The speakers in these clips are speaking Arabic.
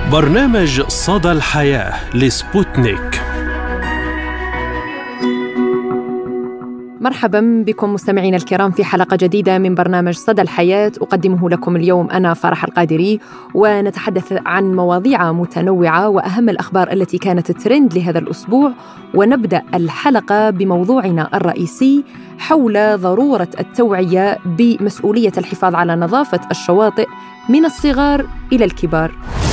برنامج صدى الحياة لسبوتنيك. مرحبا بكم مستمعينا الكرام في حلقة جديدة من برنامج صدى الحياة أقدمه لكم اليوم أنا فرح القادري، ونتحدث عن مواضيع متنوعة وأهم الأخبار التي كانت ترند لهذا الأسبوع. ونبدأ الحلقة بموضوعنا الرئيسي حول ضرورة التوعية بمسؤولية الحفاظ على نظافة الشواطئ من الصغار إلى الكبار.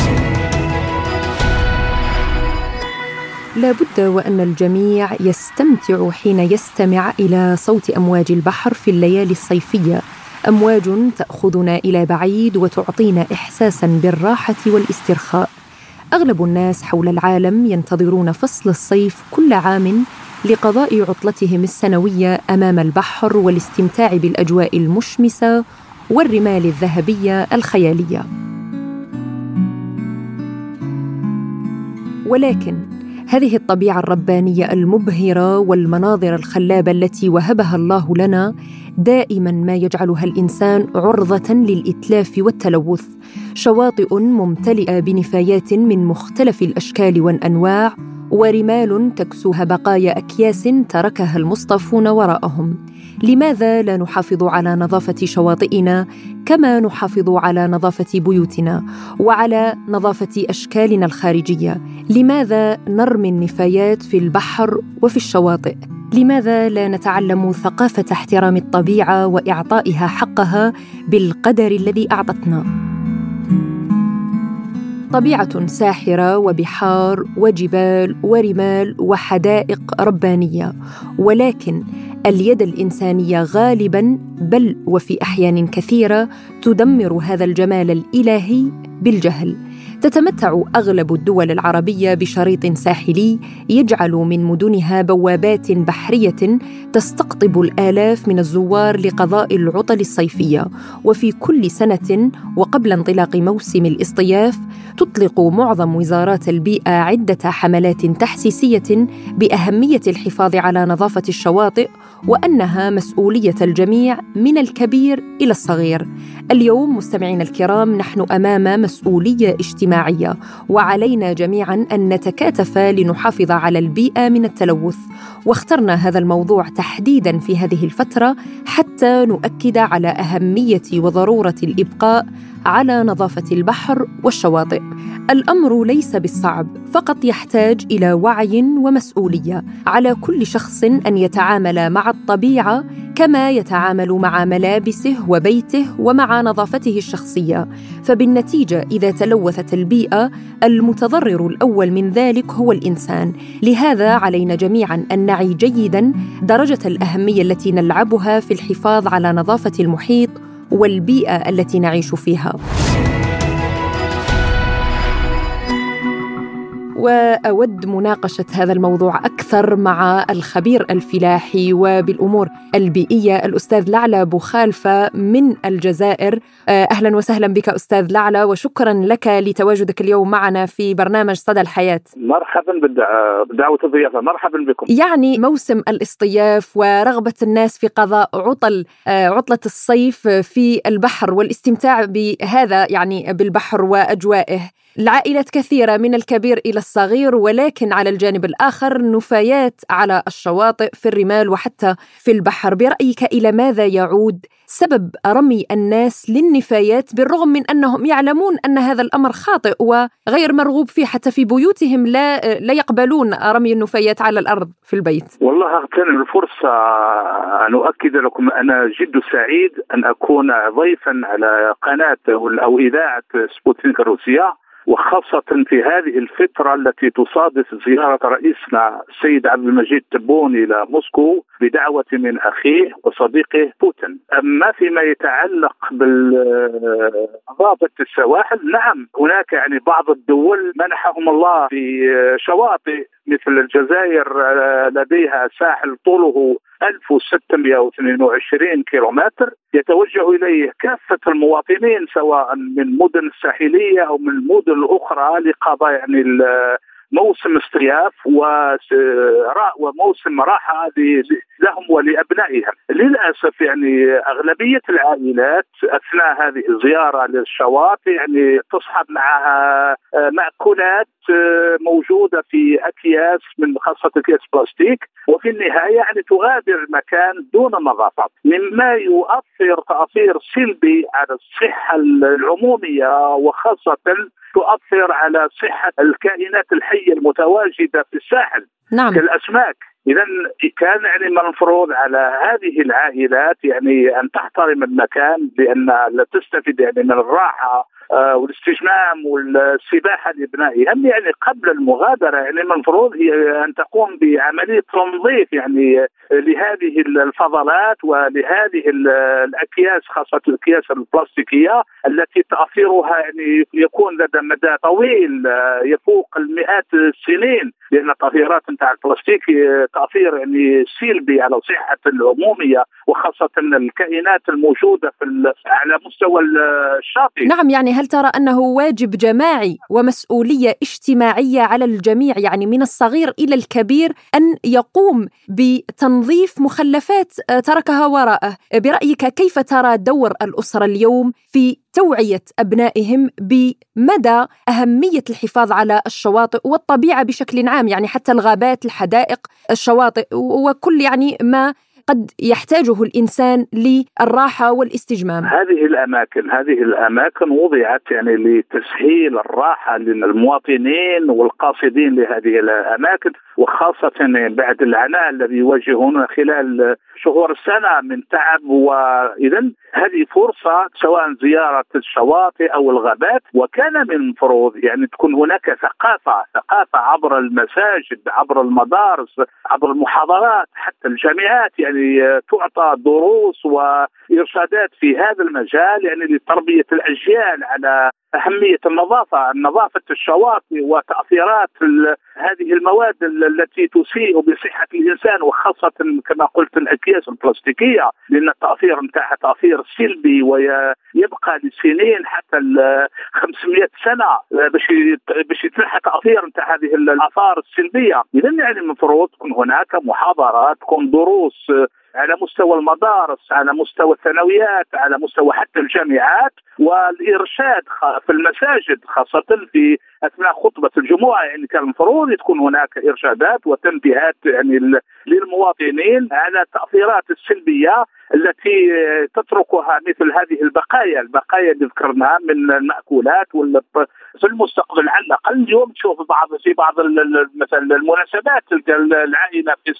لا بد وأن الجميع يستمتع حين يستمع إلى صوت أمواج البحر في الليالي الصيفية، أمواج تأخذنا إلى بعيد وتعطينا إحساساً بالراحة والاسترخاء. أغلب الناس حول العالم ينتظرون فصل الصيف كل عام لقضاء عطلتهم السنوية أمام البحر والاستمتاع بالأجواء المشمسة والرمال الذهبية الخيالية. ولكن هذه الطبيعة الربانية المبهرة والمناظر الخلابة التي وهبها الله لنا دائماً ما يجعلها الإنسان عرضة للإتلاف والتلوث. شواطئ ممتلئة بنفايات من مختلف الأشكال والأنواع، ورمال تكسوها بقايا أكياس تركها المصطفون وراءهم. لماذا لا نحافظ على نظافة شواطئنا كما نحافظ على نظافة بيوتنا وعلى نظافة أشكالنا الخارجية؟ لماذا نرمي النفايات في البحر وفي الشواطئ؟ لماذا لا نتعلم ثقافة احترام الطبيعة وإعطائها حقها بالقدر الذي أعطتنا؟ طبيعة ساحرة وبحار وجبال ورمال وحدائق ربانية، ولكن اليد الإنسانية غالباً بل وفي أحيان كثيرة تدمر هذا الجمال الإلهي بالجهل. تتمتع أغلب الدول العربية بشريط ساحلي يجعل من مدنها بوابات بحرية تستقطب الآلاف من الزوار لقضاء العطل الصيفية. وفي كل سنة وقبل انطلاق موسم الاصطياف تطلق معظم وزارات البيئة عدة حملات تحسيسية بأهمية الحفاظ على نظافة الشواطئ وأنها مسؤولية الجميع من الكبير إلى الصغير. اليوم مستمعينا الكرام نحن أمام مسؤولية اجتماعية، وعلينا جميعاً أن نتكاتف لنحافظ على البيئة من التلوث. واخترنا هذا الموضوع تحديداً في هذه الفترة حتى نؤكد على أهمية وضرورة الإبقاء على نظافة البحر والشواطئ. الأمر ليس بالصعب، فقط يحتاج إلى وعي ومسؤولية. على كل شخص أن يتعامل مع الطبيعة كما يتعامل مع ملابسه وبيته ومع نظافته الشخصية. فبالنتيجة إذا تلوثت البيئة المتضرر الأول من ذلك هو الإنسان. لهذا علينا جميعاً أن نعي جيداً درجة الأهمية التي نلعبها في الحفاظ على نظافة المحيط والبيئة التي نعيش فيها. وأود مناقشة هذا الموضوع أكثر مع الخبير الفلاحي وبالأمور البيئية الأستاذ لعلى بوخالفة من الجزائر. أهلا وسهلا بك أستاذ لعلى، وشكرا لك لتواجدك اليوم معنا في برنامج صدى الحياة. مرحبا بدعوة الضيافة، مرحبا بكم. يعني موسم الاصطياف ورغبة الناس في قضاء عطلة الصيف في البحر والاستمتاع بهذا يعني بالبحر وأجوائه. العائلات كثيرة من الكبير إلى الصغير، ولكن على الجانب الآخر نفايات على الشواطئ في الرمال وحتى في البحر. برأيك إلى ماذا يعود سبب رمي الناس للنفايات بالرغم من أنهم يعلمون أن هذا الأمر خاطئ وغير مرغوب فيه؟ حتى في بيوتهم لا يقبلون رمي النفايات على الأرض في البيت. والله أغتنم الفرصة أن أؤكد لكم أنا جد سعيد أن أكون ضيفا على قناة أو إذاعة سبوتنيك الروسية، وخاصة في هذه الفترة التي تصادف زيارة رئيسنا السيد عبد المجيد تبون إلى موسكو بدعوة من أخيه وصديقه بوتين. أما فيما يتعلق بنظافة السواحل، نعم هناك يعني بعض الدول منحهم الله في شواطئ مثل الجزائر لديها ساحل طوله 1622 كيلومتر يتوجه إليه كافة المواطنين سواء من مدن الساحلية أو من المدن الأخرى لقضاء يعني موسم اصطياف وموسم راحة لهم ولأبنائهم. للأسف يعني أغلبية العائلات أثناء هذه الزيارة للشواطئ يعني تصحب معها مأكولات موجودة في أكياس، من خاصة أكياس بلاستيك، وفي النهاية يعني تغادر المكان دون نظافة، مما يؤثر تأثير سلبي على الصحة العمومية، وخاصة تؤثر على صحة الكائنات الحية المتواجدة في الساحل. نعم. كالأسماك. إذا كان يعني المفروض على هذه العائلات يعني أن تحترم المكان، لأن لا تستفيد يعني من الراحة والاستجمام والسباحة لأبنائهم يعني قبل المغادرة. يعني المفروض هي أن تقوم بعملية تنظيف يعني لهذه الفضلات ولهذه الأكياس، خاصة الأكياس البلاستيكية التي تأثيرها يعني يكون لدى مدى طويل يفوق المئات السنين، لأن التأثيرات نتاع البلاستيك تأثير يعني سلبي على صحة العمومية، وخاصة الكائنات الموجودة على مستوى الشاطئ. نعم، يعني هل ترى أنه واجب جماعي ومسؤولية اجتماعية على الجميع، يعني من الصغير إلى الكبير، أن يقوم بتنظيف مخلفات تركها وراءه؟ برأيك كيف ترى دور الأسرة اليوم في توعية أبنائهم بمدى أهمية الحفاظ على الشواطئ والطبيعة بشكل عام، يعني حتى الغابات، الحدائق، الشواطئ، وكل يعني ما قد يحتاجه الإنسان للراحة والاستجمام؟ هذه الأماكن وضعت يعني لتسهيل الراحة للمواطنين والقاصدين لهذه الأماكن، وخاصة بعد العناء الذي يواجهون خلال شهور السنة من تعب. وإذا هذه فرصة سواء زيارة الشواطئ أو الغابات، وكان من المفروض يعني تكون هناك ثقافة عبر المساجد، عبر المدارس، عبر المحاضرات، حتى الجامعات يعني تعطى دروس وإرشادات في هذا المجال يعني لتربية الأجيال على أهمية نظافة الشواطئ وتأثيرات هذه المواد التي تسيء بصحة الإنسان، وخاصة كما قلت الأكياس البلاستيكية، لأن التأثير نتاعها تأثير سلبي ويبقى لسنين حتى 500 سنة باش يتلحى تأثير نتاع هذه الآثار السلبية. إذا يعني المفروض تكون هناك محاضرات، تكون دروس على مستوى المدارس، على مستوى الثانويات، على مستوى حتى الجامعات، والإرشاد في المساجد خاصة في أثناء خطبة الجمعة. يعني كان المفروض تكون هناك إرشادات وتنبيهات يعني للمواطنين على التأثيرات السلبية التي تتركها مثل هذه البقايا اللي ذكرناها من المأكولات. في المستقبل على الأقل اليوم تشوف في بعض مثلا المناسبات، تلقى العائلة في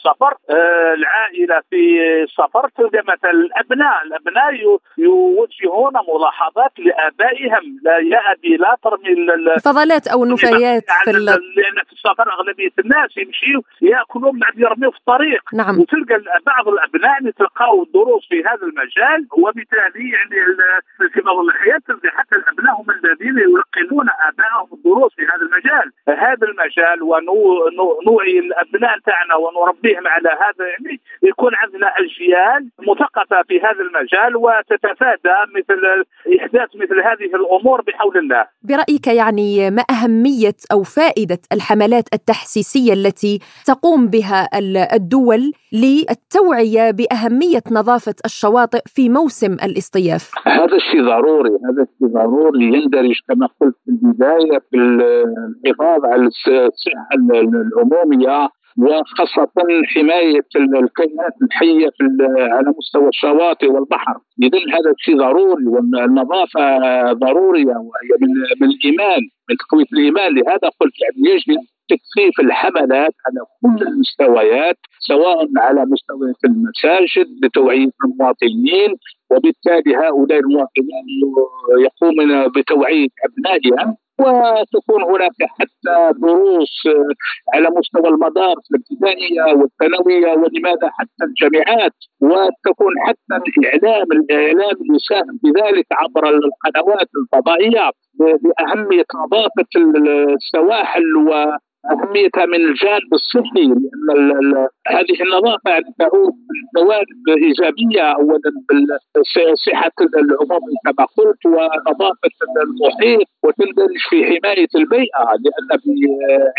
السفر تلقى مثلا الأبناء يوجهون ملاحظات لآبائهم: لا يا أبي لا ترمي الفضلات أو النفايات لأن في السفر أغلبية الناس يمشيوا يأكلون بعد يرميوا في الطريق. نعم. وتلقى بعض الأبناء يتلقاوا دروس في هذا المجال، وبالتالي يعني في بعض الأحيان تلقى حتى الأبناء هم الذين يلقنون آبائهم الدروس في هذا المجال ونوعي الأبناء تاعنا ونربيهم على هذا. يعني يكون عندنا أجيال مثقفة في هذا المجال وتتفادى مثل إحداث مثل هذه الأمور بحول الله. برأيك يعني ما أهمية أو فائدة الحملات التحسيسية التي تقوم بها الدول للتوعية بأهمية نظافة الشواطئ في موسم الاصطياف؟ هذا الشيء ضروري يندرج كما قلت في البداية في الحفاظ على الصحة العمومية، وخاصة حماية الكائنات الحية على مستوى الشواطئ والبحر. إذن هذا الشيء ضروري، والنظافة ضرورية، وهي من الإيمان، من تقوية الإيمان. لهذا قلت يعني يجب تكثيف الحملات على كل المستويات، سواء على مستوى المساجد لتوعية المواطنين، وبالتالي هؤلاء المواطنين يقومون بتوعية أبنائهم، وتكون هناك حتى دروس على مستوى المدارس الابتدائية والثانوية، ولماذا حتى الجامعات، وتكون حتى الإعلام يساهم بذلك عبر القنوات الفضائية بأهمية نظافة السواحل وأهميتها من الجانب الصحي، لأن هذه النظافة تعود بجوانب إيجابية، أولا بالصحة العمومية كما قلت، ونظافة المحيط، وتندرج في حماية البيئة، لأن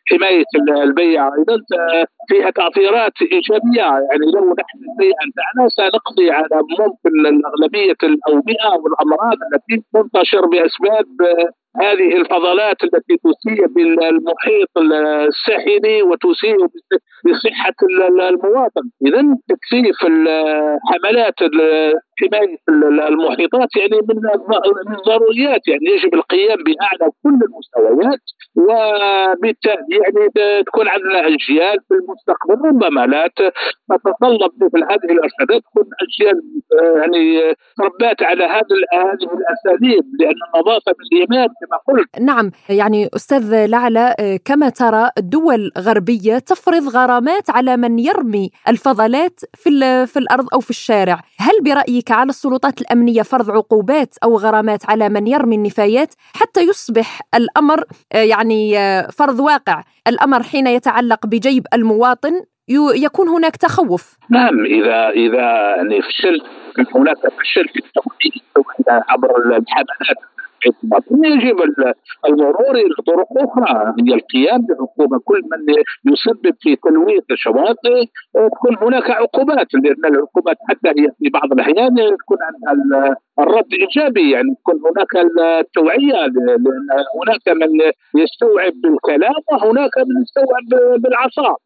حماية البيئة أيضا فيها تأثيرات إيجابية. يعني لو نحن البيئة نتاعنا سنقضي على ممكن الأغلبية الأوبئة والأمراض التي تنتشر بأسباب هذه الفضلات التي تسيء بالمحيط الساحلي وتسيء بصحة المواطن. إذا تكثيف حملات حماية المحيطات يعني من الضروريات، يعني يجب القيام بها على كل المستويات، وبالتالي يعني تكون عندنا أجيال في المستقبل ربما لا تتطلب مثل هذه الإرشادات، تكون أجيال يعني تربات على هذه الأساليب، لأن النظافة من الإيمان كما قلت. نعم، يعني أستاذ لعلى، كما ترى الدول الغربية تفرض غرامات على من يرمي الفضلات في الأرض أو في الشارع. هل برأيك على السلطات الأمنية فرض عقوبات أو غرامات على من يرمي النفايات حتى يصبح الأمر يعني فرض واقع؟ الأمر حين يتعلق بجيب المواطن يكون هناك تخوف. نعم، إذا يعني هناك فشل في التوعية عبر الحملات، يجب المرور إلى طرق أخرى، هي القيام بعقوبة كل من يسبب في تلويث الشواطئ. تكون هناك عقوبات، لأن العقوبات حتى هي في بعض الأحيان تكون عندها الرد إيجابي، يعني تكون هناك التوعية، لأن هناك من يستوعب بالكلام وهناك من يستوعب بالعصا.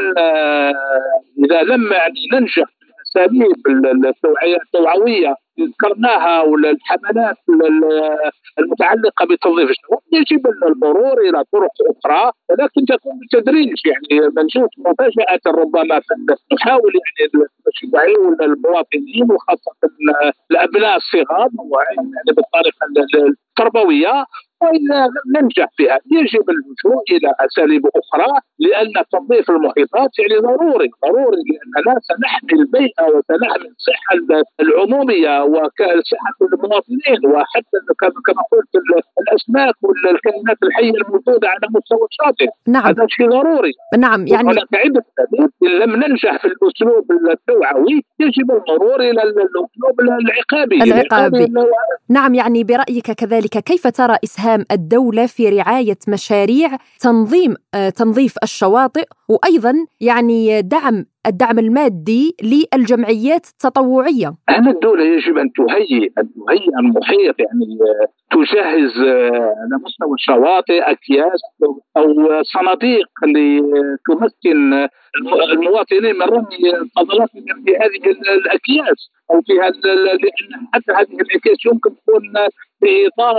إذا لم يعني ننجح أساليب التوعوية ذكرناها والحملات المتعلقة بتنظيف الشواطئ، يجب المرور إلى طرق أخرى، ولكن تكون بالتدريج. يعني منشوط مفاجأة ربما نحاول يعني نشجع المواطنين وخاصة الأبناء الصغار يعني بالطريقة التربوية، وإذا لم ننجح فيها يجب اللجوء إلى أساليب أخرى، لأن تنظيف المحيطات يعني ضروري، لأننا سنحمي البيئة وسنحمي الصحة العمومية وصحة المواطنين، وحتى كما قلت الأسماك والكائنات الحية الموجودة على مستوى الشاطئ. نعم. هذا شيء ضروري. نعم، يعني هناك عدة أساليب، إن لم ننجح في الأسلوب التوعوي يجب المرور إلى الأسلوب العقابي. نعم، يعني برأيك كذلك كيف ترى إسهام الدولة في رعاية مشاريع تنظيف الشواطئ، وأيضا يعني الدعم المادي للجمعيات التطوعية؟ أن الدولة يجب أن تهيئ المحيط، يعني تجهز على مستوى الشواطئ أكياس أو صناديق لتمكن المواطنين من رمي الفضلات في هذه الأكياس أو في هذا، لأن حتى هذه الأكياس يمكن تكون في إطار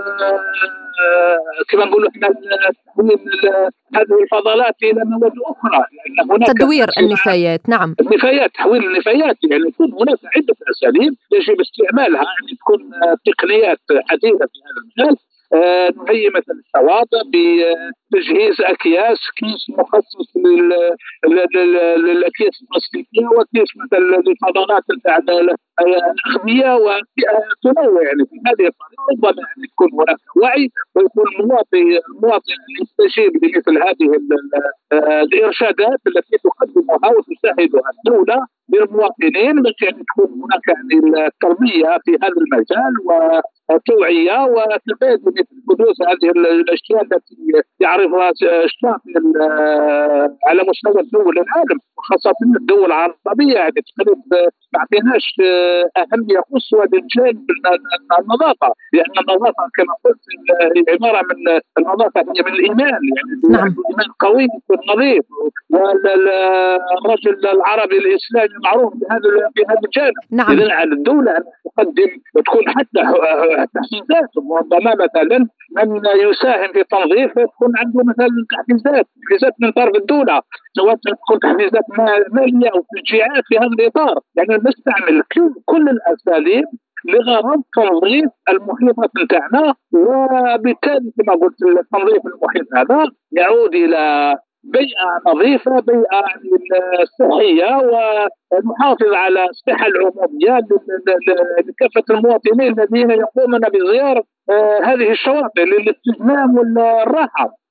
كما نقول احنا هذه الفضلات إلى مواد أخرى، لأن هناك تدوير النفايات. نعم، تحويل النفايات، يعني يكون هناك عدة أساليب يجب استعمالها، يعني تكون تقنيات حديثة في هذا المجال. نهيئ مثلا الشواطئ بتجهيز كيس مخصص للاكياس البلاستيكيه، وكيس مثلا للفضلات الاغذيه، وتنوع يعني في هذه الطريقه. ربما يعني يكون هناك وعي، ويكون المواطن يستجيب لمثل هذه الارشادات التي تقدمها وتساعدها الدوله للمواطنين، باش يعني تكون هناك يعني التربيه في هذا المجال والتوعيه وتفادي مثل حدوث هذه الاشياء التي يعرفها الشاطئ على مستوى الدول العالم، وخاصه الدول العربيه. يعني تقريبا ما عطيناش اهميه قصوى للجانب النظافه، لان النظافه كما قلت هي عباره من النظافه، هي من الايمان، يعني نعم. الايمان قوي يكون نظيف، والرجل العربي الاسلامي معروف في هذا الجانب. نعم. اذا على الدوله ان تقدم وتكون حتى تحفيزات، ربما مثلا من يساهم في التنظيف تكون عنده مثلا تحفيزات من طرف الدوله، سواء تكون تحفيزات ماليه او تشجيعات في هذا الاطار. يعني نستعمل كل الاساليب لغرض تنظيف المحيطات نتاعنا، وبالتالي كما قلت تنظيف المحيط هذا يعود الى بيئة نظيفة، بيئة صحية، ونحافظ على الصحة العمومية لكافة المواطنين الذين يقومون بزيارة هذه الشواطئ للاستجمام والراحة.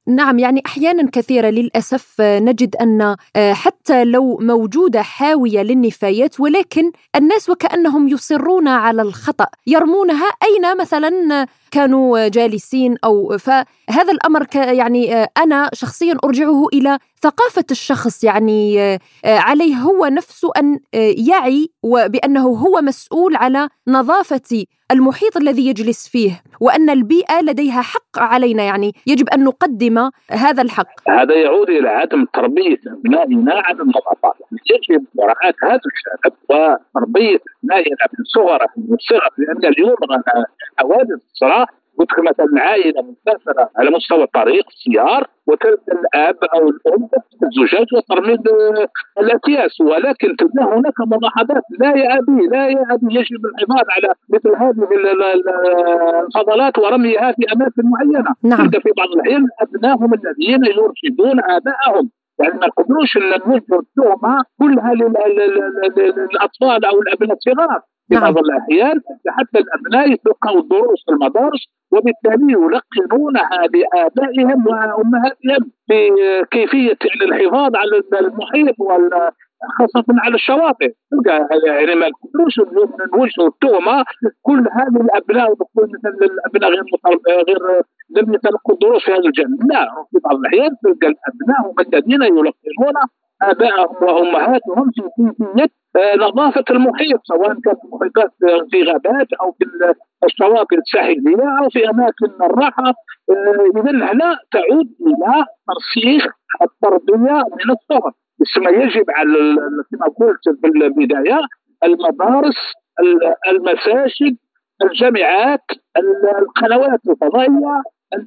نعم، يعني أحيانا كثيرة للأسف نجد أن حتى لو موجودة حاوية للنفايات، ولكن الناس وكأنهم يصرون على الخطأ، يرمونها أين مثلا كانوا جالسين، أو فهذا الأمر يعني أنا شخصيا أرجعه إلى ثقافة الشخص، يعني عليه هو نفسه أن يعي وبأنه هو مسؤول على نظافة المحيط الذي يجلس فيه، وأن البيئة لديها حق علينا، يعني يجب أن نقدم هذا الحق. هذا يعود إلى عدم تربية أبنائنا على النظافة. يجب مراعاة هذا الشأن وتربية أبنائنا من الصغر، لأن اليوم حوادث الصراع قلت لك مثلا عائلة منتشرة على مستوى الطريق السيار، وتلقى الأب أو الأم الزجاج وترمي الأكياس، ولكن تلقى هناك ملاحظات لا يا أبي يجب الحفاظ على مثل هذه الفضلات ورميها في أماكن معينة. نعم. في بعض الأحيان أبنائهم الذين يرشدون آبائهم، يعني ما نقدروش نوجه التهمة كلها للأطفال أو الأبناء الصغار. في بعض الأحيان حتى الأبناء يتلقوا الدروس في المدارس، وبالتالي يلقنونها لآبائهم وأمهاتهم في كيفية الحفاظ على المحيط خاصة على الشواطئ. يعني ما نقدروش نوجهوا التهمة كل هذه الأبناء، وتقول مثل الأبناء غير لم يتلقوا الدروس في هذا الجانب. لا، في بعض الأحيان تلقى الأبناء هم الذين يلقنون آبائهم وأمهاتهم في كيفية نظافة المحيط، سواء كانت المحيطات في غابات أو في الشواطئ الساحلية أو في أماكن الراحة. إذن هنا تعود إلى ترسيخ التربية من الصغر. بس يجب على كما قلت في البداية المدارس، المساجد، الجامعات، القنوات الفضائية،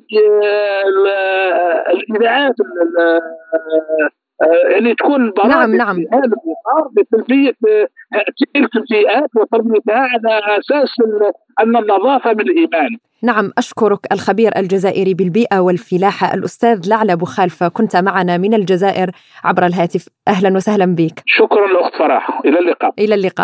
الإذاعات، يعني تكون برامج في هذا الإطار بتربية تلك الفئات وتربيتها على أساس أن النظافة من الإيمان. نعم، أشكرك الخبير الجزائري بالبيئة والفلاحة الأستاذ لعلى بوخالفة، كنت معنا من الجزائر عبر الهاتف. أهلا وسهلا بك. شكرا الأخت فرح، إلى اللقاء. إلى اللقاء.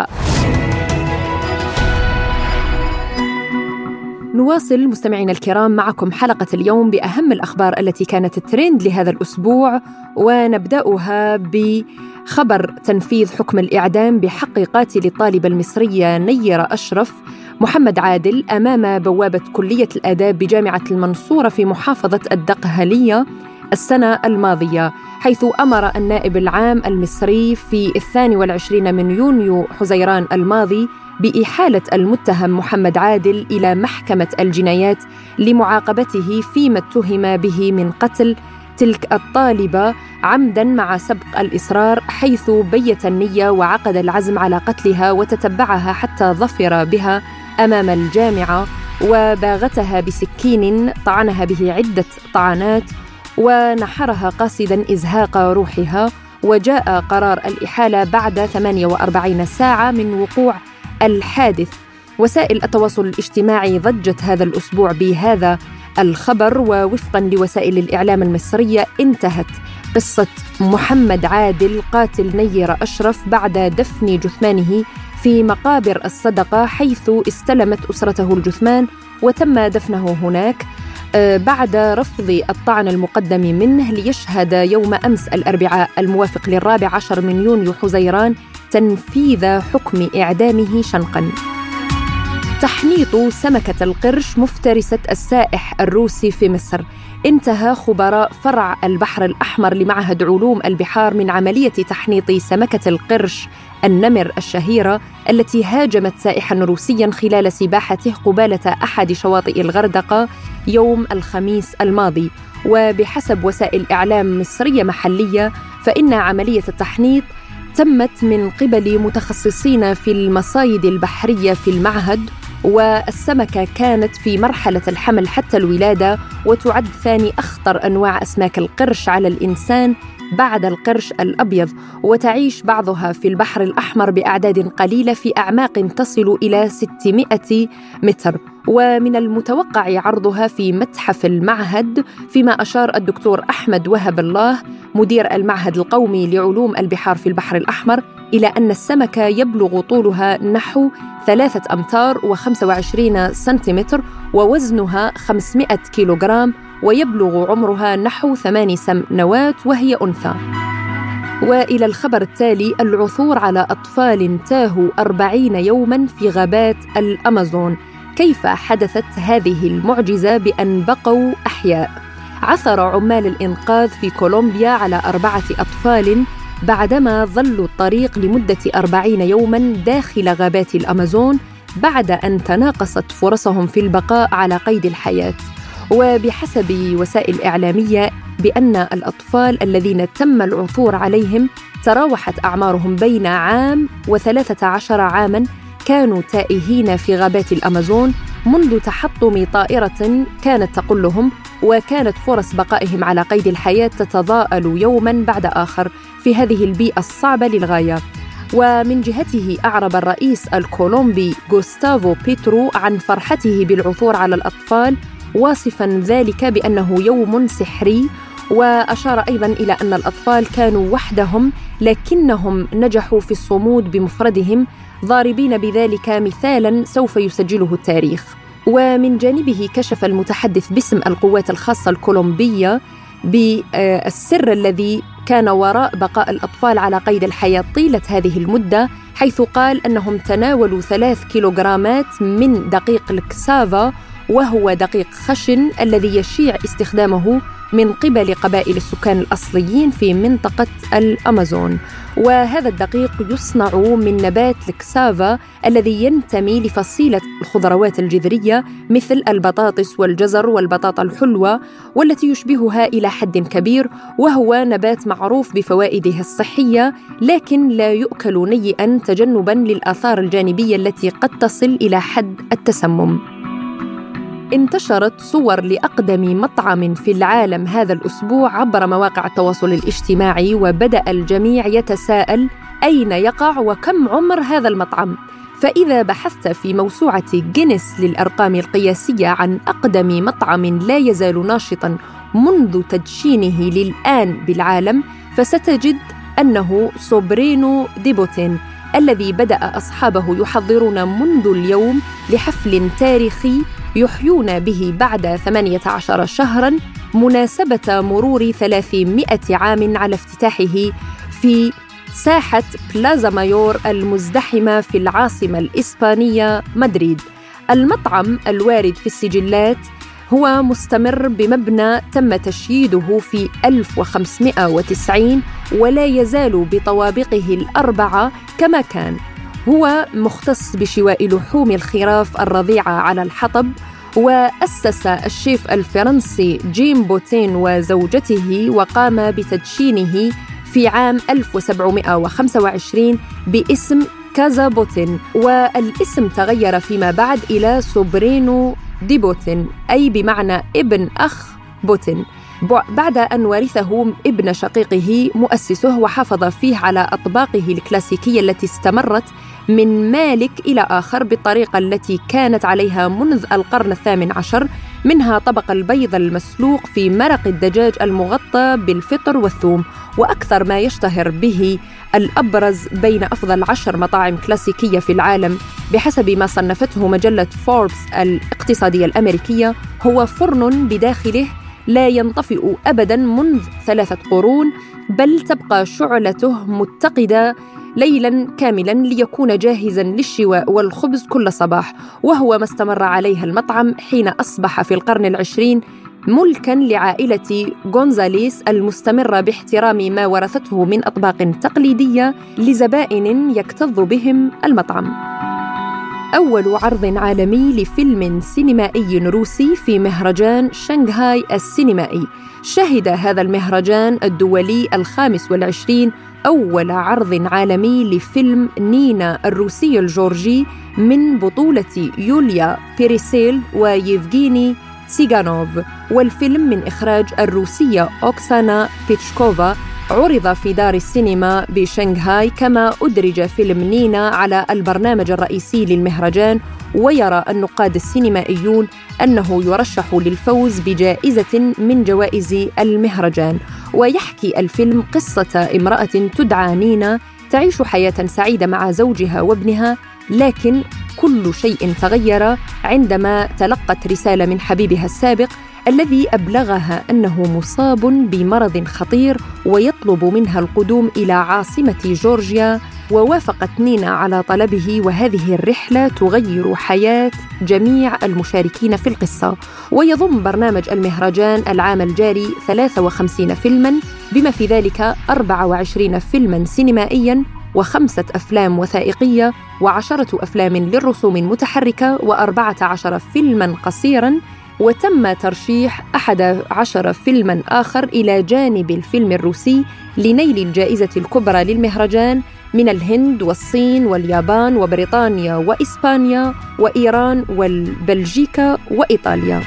نواصل مستمعينا الكرام معكم حلقة اليوم بأهم الأخبار التي كانت الترند لهذا الأسبوع، ونبدأها بخبر تنفيذ حكم الإعدام بحق قاتل الطالبة المصرية نيرة أشرف محمد عادل أمام بوابة كلية الآداب بجامعة المنصورة في محافظة الدقهلية السنة الماضية، حيث أمر النائب العام المصري في 22 من يونيو حزيران الماضي بإحالة المتهم محمد عادل إلى محكمة الجنايات لمعاقبته فيما اتهم به من قتل تلك الطالبة عمداً مع سبق الإصرار، حيث بيت النية وعقد العزم على قتلها وتتبعها حتى ظفر بها أمام الجامعة وباغتها بسكين طعنها به عدة طعنات ونحرها قاصداً إزهاق روحها. وجاء قرار الإحالة بعد 48 ساعة من وقوع الحادث. وسائل التواصل الاجتماعي ضجت هذا الأسبوع بهذا الخبر، ووفقاً لوسائل الإعلام المصرية انتهت قصة محمد عادل قاتل نيرة أشرف بعد دفن جثمانه في مقابر الصدقة، حيث استلمت أسرته الجثمان وتم دفنه هناك بعد رفض الطعن المقدم منه، ليشهد يوم أمس الأربعاء الموافق 14 من يونيو حزيران تنفيذ حكم إعدامه شنقاً. تحنيط سمكة القرش مفترسة السائح الروسي في مصر. انتهى خبراء فرع البحر الأحمر لمعهد علوم البحار من عملية تحنيط سمكة القرش النمر الشهيرة التي هاجمت سائحاً روسياً خلال سباحته قبالة أحد شواطئ الغردقة يوم الخميس الماضي. وبحسب وسائل إعلام مصرية محلية فإن عملية التحنيط تمت من قبل متخصصين في المصايد البحرية في المعهد، والسمكة كانت في مرحلة الحمل حتى الولادة، وتعد ثاني أخطر أنواع أسماك القرش على الإنسان بعد القرش الأبيض، وتعيش بعضها في البحر الأحمر بأعداد قليلة في أعماق تصل إلى 600 متر، ومن المتوقع عرضها في متحف المعهد، فيما أشار الدكتور أحمد وهب الله مدير المعهد القومي لعلوم البحار في البحر الأحمر إلى أن السمكة يبلغ طولها نحو 3 أمتار و25 سنتيمتر، ووزنها 500 كيلوغرام، ويبلغ عمرها نحو 8 سنوات وهي أنثى. وإلى الخبر التالي: العثور على أطفال تاهوا 40 يوماً في غابات الأمازون. كيف حدثت هذه المعجزة بأن بقوا أحياء؟ عثر عمال الإنقاذ في كولومبيا على 4 أطفال بعدما ظلوا الطريق لمدة 40 يوماً داخل غابات الأمازون بعد أن تناقصت فرصهم في البقاء على قيد الحياة. وبحسب وسائل إعلامية بأن الأطفال الذين تم العثور عليهم تراوحت أعمارهم بين 1 و13 عاماً، كانوا تائهين في غابات الأمازون منذ تحطم طائرة كانت تقلهم، وكانت فرص بقائهم على قيد الحياة تتضاءل يوماً بعد آخر في هذه البيئة الصعبة للغاية. ومن جهته أعرب الرئيس الكولومبي غوستافو بيترو عن فرحته بالعثور على الأطفال، واصفاً ذلك بأنه يوم سحري، وأشار أيضاً إلى أن الأطفال كانوا وحدهم لكنهم نجحوا في الصمود بمفردهم، ضاربين بذلك مثالاً سوف يسجله التاريخ. ومن جانبه كشف المتحدث باسم القوات الخاصة الكولومبية بالسر الذي كان وراء بقاء الأطفال على قيد الحياة طيلة هذه المدة، حيث قال أنهم تناولوا 3 كيلوغرامات من دقيق الكسافا، وهو دقيق خشن الذي يشيع استخدامه من قبل قبائل السكان الأصليين في منطقة الأمازون. وهذا الدقيق يصنع من نبات الكسافا الذي ينتمي لفصيلة الخضروات الجذرية مثل البطاطس والجزر والبطاطا الحلوة، والتي يشبهها إلى حد كبير، وهو نبات معروف بفوائده الصحية لكن لا يؤكل نيئاً تجنباً للآثار الجانبية التي قد تصل إلى حد التسمم. انتشرت صور لأقدم مطعم في العالم هذا الأسبوع عبر مواقع التواصل الاجتماعي، وبدأ الجميع يتساءل أين يقع وكم عمر هذا المطعم. فإذا بحثت في موسوعة جينيس للأرقام القياسية عن أقدم مطعم لا يزال ناشطاً منذ تدشينه للآن بالعالم، فستجد أنه سوبرينو دي بوتين، الذي بدأ أصحابه يحضرون منذ اليوم لحفل تاريخي يحيون به بعد 18 شهراً مناسبة مرور 300 عام على افتتاحه في ساحة بلازا مايور المزدحمة في العاصمة الإسبانية مدريد. المطعم الوارد في السجلات هو مستمر بمبنى تم تشييده في 1590 ولا يزال بطوابقه 4 كما كان. هو مختص بشواء لحوم الخراف الرضيعة على الحطب، وأسس الشيف الفرنسي جيم بوتين وزوجته، وقام بتدشينه في عام 1725 باسم كازا بوتين، والاسم تغير فيما بعد إلى سوبرينو دي بوتين، أي بمعنى ابن أخ بوتين، بعد أن ورثه ابن شقيقه مؤسسه وحافظ فيه على أطباقه الكلاسيكية التي استمرت من مالك إلى آخر بالطريقة التي كانت عليها منذ القرن 18، منها طبق البيض المسلوق في مرق الدجاج المغطى بالفطر والثوم. وأكثر ما يشتهر به الأبرز بين أفضل 10 مطاعم كلاسيكية في العالم بحسب ما صنفته مجلة فوربس الاقتصادية الأمريكية هو فرن بداخله لا ينطفئ أبداً منذ 3 قرون، بل تبقى شعلته متقدة ليلاً كاملاً ليكون جاهزاً للشواء والخبز كل صباح، وهو ما استمر عليها المطعم حين أصبح في القرن 20 ملكاً لعائلة غونزاليس المستمرة باحترام ما ورثته من أطباق تقليدية لزبائن يكتظ بهم المطعم. أول عرض عالمي لفيلم سينمائي روسي في مهرجان شنغهاي السينمائي. شهد هذا المهرجان الدولي 25 أول عرض عالمي لفيلم نينا الروسي الجورجي من بطولة يوليا بيريسيل ويفغيني تسيغانوف، والفيلم من إخراج الروسية أوكسانا بيتشكوفا. عرض في دار السينما بشنغهاي، كما أدرج فيلم نينا على البرنامج الرئيسي للمهرجان، ويرى النقاد السينمائيون أنه يرشح للفوز بجائزة من جوائز المهرجان. ويحكي الفيلم قصة امرأة تدعى نينا تعيش حياة سعيدة مع زوجها وابنها، لكن كل شيء تغير عندما تلقت رسالة من حبيبها السابق الذي أبلغها أنه مصاب بمرض خطير ويطلب منها القدوم إلى عاصمة جورجيا، ووافقت نينا على طلبه، وهذه الرحلة تغير حياة جميع المشاركين في القصة. ويضم برنامج المهرجان العام الجاري 53 فيلماً، بما في ذلك 24 فيلماً سينمائياً و5 أفلام وثائقية و10 أفلام للرسوم المتحركة و14 فيلماً قصيراً، وتم ترشيح 11 فيلماً آخر إلى جانب الفيلم الروسي لنيل الجائزة الكبرى للمهرجان من الهند والصين واليابان وبريطانيا وإسبانيا وإيران والبلجيكا وإيطاليا.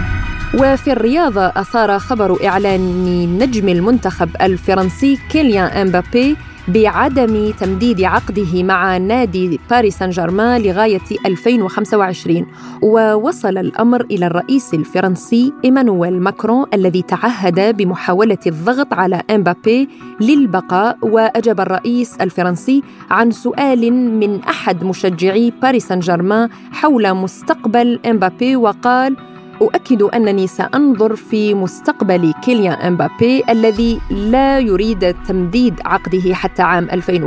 وفي الرياضة أثار خبر إعلان نجم المنتخب الفرنسي كيليان إمبابي بعدم تمديد عقده مع نادي باريس سان جيرمان لغاية 2025. ووصل الأمر إلى الرئيس الفرنسي إيمانويل ماكرون الذي تعهد بمحاولة الضغط على إمبابي للبقاء. وأجاب الرئيس الفرنسي عن سؤال من أحد مشجعي باريس سان جيرمان حول مستقبل إمبابي، وقال: أؤكد أنني سأنظر في مستقبل كيليان إمبابي الذي لا يريد تمديد عقده حتى عام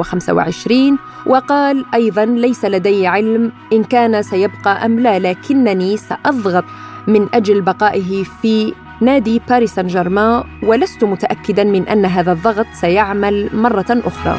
2025. وقال أيضاً: ليس لدي علم إن كان سيبقى أم لا، لكنني سأضغط من أجل بقائه في نادي باريس سان جيرمان، ولست متأكداً من أن هذا الضغط سيعمل مرة أخرى.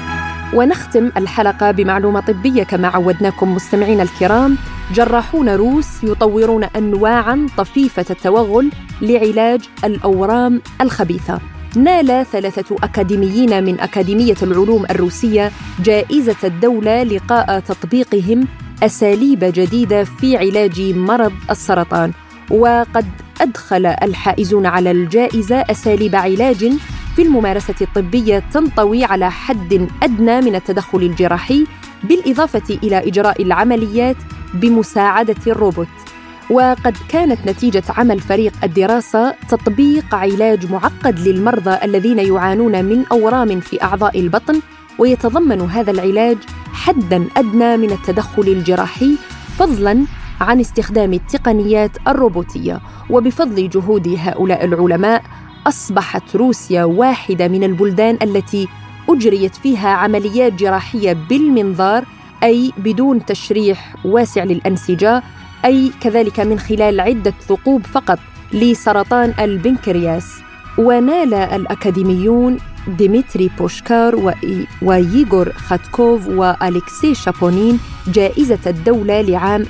ونختم الحلقة بمعلومة طبية كما عودناكم مستمعين الكرام. جراحون روس يطورون أنواعاً طفيفة التوغل لعلاج الأورام الخبيثة. نال 3 أكاديميين من أكاديمية العلوم الروسية جائزة الدولة لقاء تطبيقهم أساليب جديدة في علاج مرض السرطان. وقد أدخل الحائزون على الجائزة أساليب علاج في الممارسة الطبية تنطوي على حد أدنى من التدخل الجراحي، بالإضافة إلى إجراء العمليات بمساعدة الروبوت. وقد كانت نتيجة عمل فريق الدراسة تطبيق علاج معقد للمرضى الذين يعانون من أورام في أعضاء البطن، ويتضمن هذا العلاج حداً أدنى من التدخل الجراحي، فضلاً عن استخدام التقنيات الروبوتية. وبفضل جهود هؤلاء العلماء أصبحت روسيا واحدة من البلدان التي أجريت فيها عمليات جراحية بالمنظار، أي بدون تشريح واسع للأنسجة، أي كذلك من خلال عدة ثقوب فقط لسرطان البنكرياس. ونال الأكاديميون ديمتري بوشكار وييغور خاتكوف وأليكسي شابونين جائزة الدولة لعام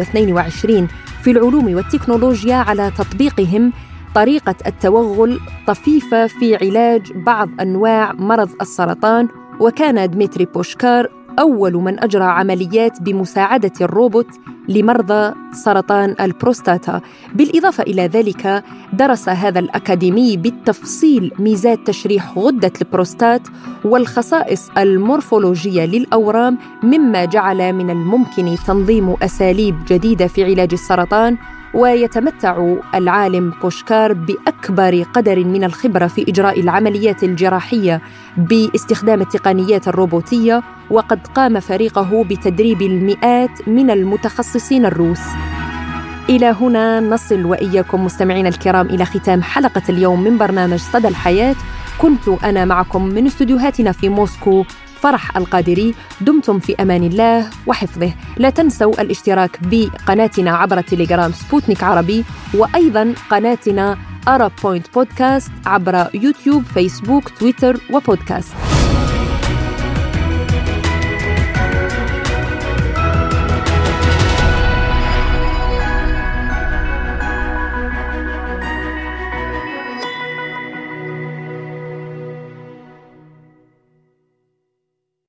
2022 في العلوم والتكنولوجيا على تطبيقهم طريقة التوغل طفيفة في علاج بعض أنواع مرض السرطان. وكان ديمتري بوشكار أول من أجرى عمليات بمساعدة الروبوت لمرضى سرطان البروستاتا. بالإضافة إلى ذلك درس هذا الأكاديمي بالتفصيل ميزات تشريح غدة البروستات والخصائص المورفولوجية للأورام، مما جعل من الممكن تنظيم أساليب جديدة في علاج السرطان. ويتمتع العالم بوشكار بأكبر قدر من الخبرة في إجراء العمليات الجراحية باستخدام التقنيات الروبوتية، وقد قام فريقه بتدريب المئات من المتخصصين الروس. إلى هنا نصل وإياكم مستمعين الكرام إلى ختام حلقة اليوم من برنامج صدى الحياة. كنت أنا معكم من استوديوهاتنا في موسكو فرح القادري. دمتم في أمان الله وحفظه. لا تنسوا الاشتراك بقناتنا عبر تليجرام سبوتنيك عربي، وأيضاً قناتنا آرب بوينت بودكاست عبر يوتيوب، فيسبوك، تويتر وبودكاست.